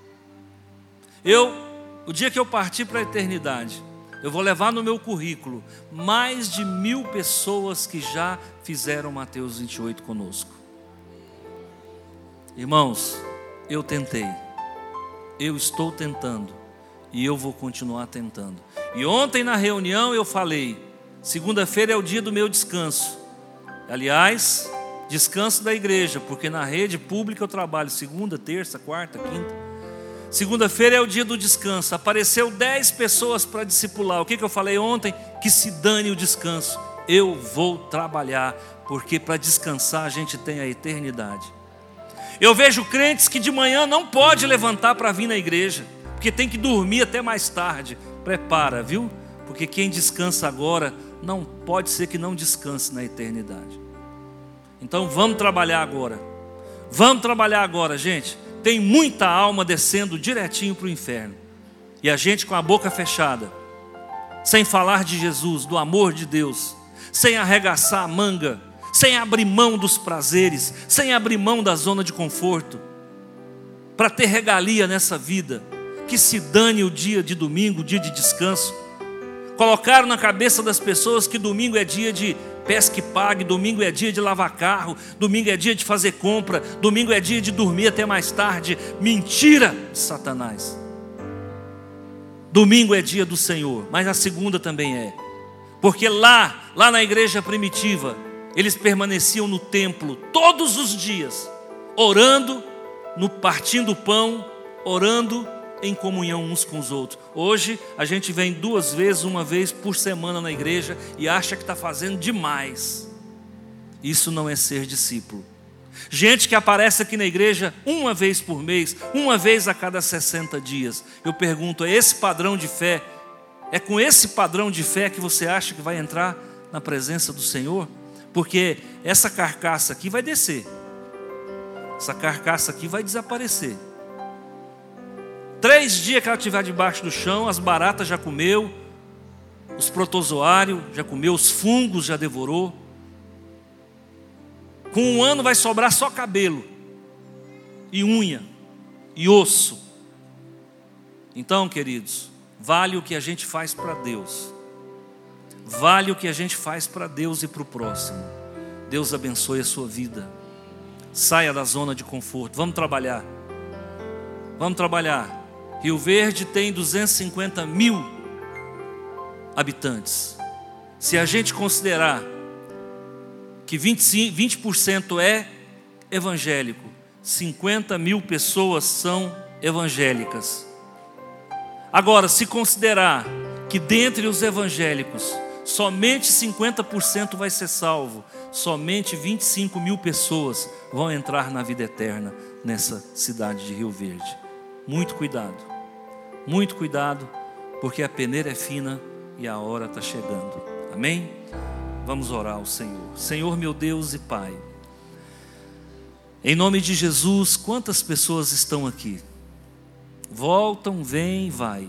O dia que eu partir para a eternidade, eu vou levar no meu currículo mais de 1000 pessoas que já fizeram Mateus 28 conosco. Irmãos, eu tentei, eu estou tentando e eu vou continuar tentando. E ontem na reunião eu falei, segunda-feira é o dia do meu descanso. Aliás, descanso da igreja, porque na rede pública eu trabalho segunda, terça, quarta, quinta. Segunda-feira é o dia do descanso. Apareceu 10 pessoas para discipular. O que eu falei ontem? Que se dane o descanso. Eu vou trabalhar, porque para descansar a gente tem a eternidade. Eu vejo crentes que de manhã não pode levantar para vir na igreja, porque tem que dormir até mais tarde. Prepara, viu? Porque quem descansa agora, não pode ser que não descanse na eternidade. Então vamos trabalhar agora. Vamos trabalhar agora, gente. Tem muita alma descendo direitinho para o inferno. E a gente com a boca fechada, sem falar de Jesus, do amor de Deus, sem arregaçar a manga, sem abrir mão dos prazeres, sem abrir mão da zona de conforto, para ter regalia nessa vida. Que se dane o dia de domingo, o dia de descanso. Colocaram na cabeça das pessoas que domingo é dia de pesca e pague, domingo é dia de lavar carro, domingo é dia de fazer compra, domingo é dia de dormir até mais tarde. Mentira de Satanás. Domingo é dia do Senhor, mas a segunda também é. Porque lá na igreja primitiva, eles permaneciam no templo todos os dias, orando, partindo o pão, orando em comunhão uns com os outros. Hoje a gente vem 2 vezes, 1 vez por semana na igreja e acha que está fazendo demais. Isso não é ser discípulo. Gente que aparece aqui na igreja 1 vez por mês, 1 vez a cada 60 dias. Eu pergunto, é esse padrão de fé? É com esse padrão de fé que você acha que vai entrar na presença do Senhor? Porque essa carcaça aqui vai descer. Essa carcaça aqui vai desaparecer. 3 dias que ela estiver debaixo do chão, as baratas já comeu, os protozoários já comeu, os fungos já devorou. Com 1 ano vai sobrar só cabelo. e unha e osso. Então, queridos, vale o que a gente faz para Deus. Vale o que a gente faz para Deus e para o próximo. Deus abençoe a sua vida. Saia da zona de conforto. Vamos trabalhar. Vamos trabalhar. Rio Verde tem 250 mil habitantes. Se a gente considerar que 20% é evangélico, 50 mil pessoas são evangélicas. Agora, se considerar que dentre os evangélicos, somente 50% vai ser salvo, somente 25 mil pessoas vão entrar na vida eterna nessa cidade de Rio Verde. Muito cuidado, porque a peneira é fina e a hora está chegando. Amém? Vamos orar ao Senhor. Senhor, meu Deus e Pai, em nome de Jesus, quantas pessoas estão aqui? Voltam, vêm e vai.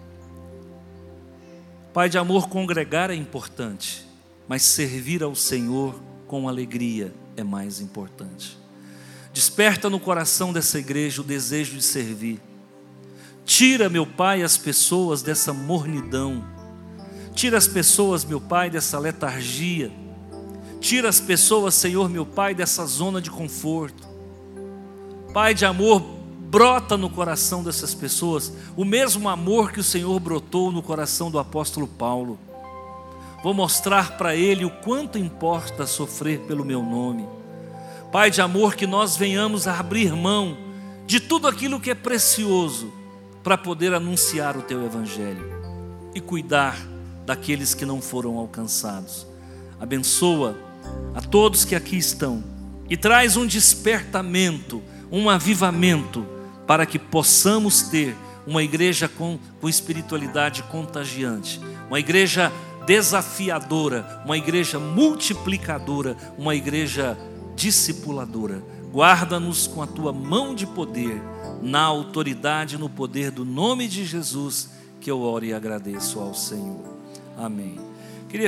Pai de amor, congregar é importante, mas servir ao Senhor com alegria é mais importante. Desperta no coração dessa igreja o desejo de servir. Tira, meu Pai, as pessoas dessa mornidão. Tira as pessoas, meu Pai, dessa letargia. Tira as pessoas, Senhor, meu Pai, dessa zona de conforto. Pai de amor, brota no coração dessas pessoas o mesmo amor que o Senhor brotou no coração do apóstolo Paulo. Vou mostrar para ele o quanto importa sofrer pelo meu nome. Pai de amor, que nós venhamos a abrir mão de tudo aquilo que é precioso para poder anunciar o Teu Evangelho e cuidar daqueles que não foram alcançados. Abençoa a todos que aqui estão e traz um despertamento, um avivamento, para que possamos ter uma igreja com espiritualidade contagiante, uma igreja desafiadora, uma igreja multiplicadora, uma igreja discipuladora. Guarda-nos com a Tua mão de poder, na autoridade e no poder do nome de Jesus, que eu oro e agradeço ao Senhor. Amém.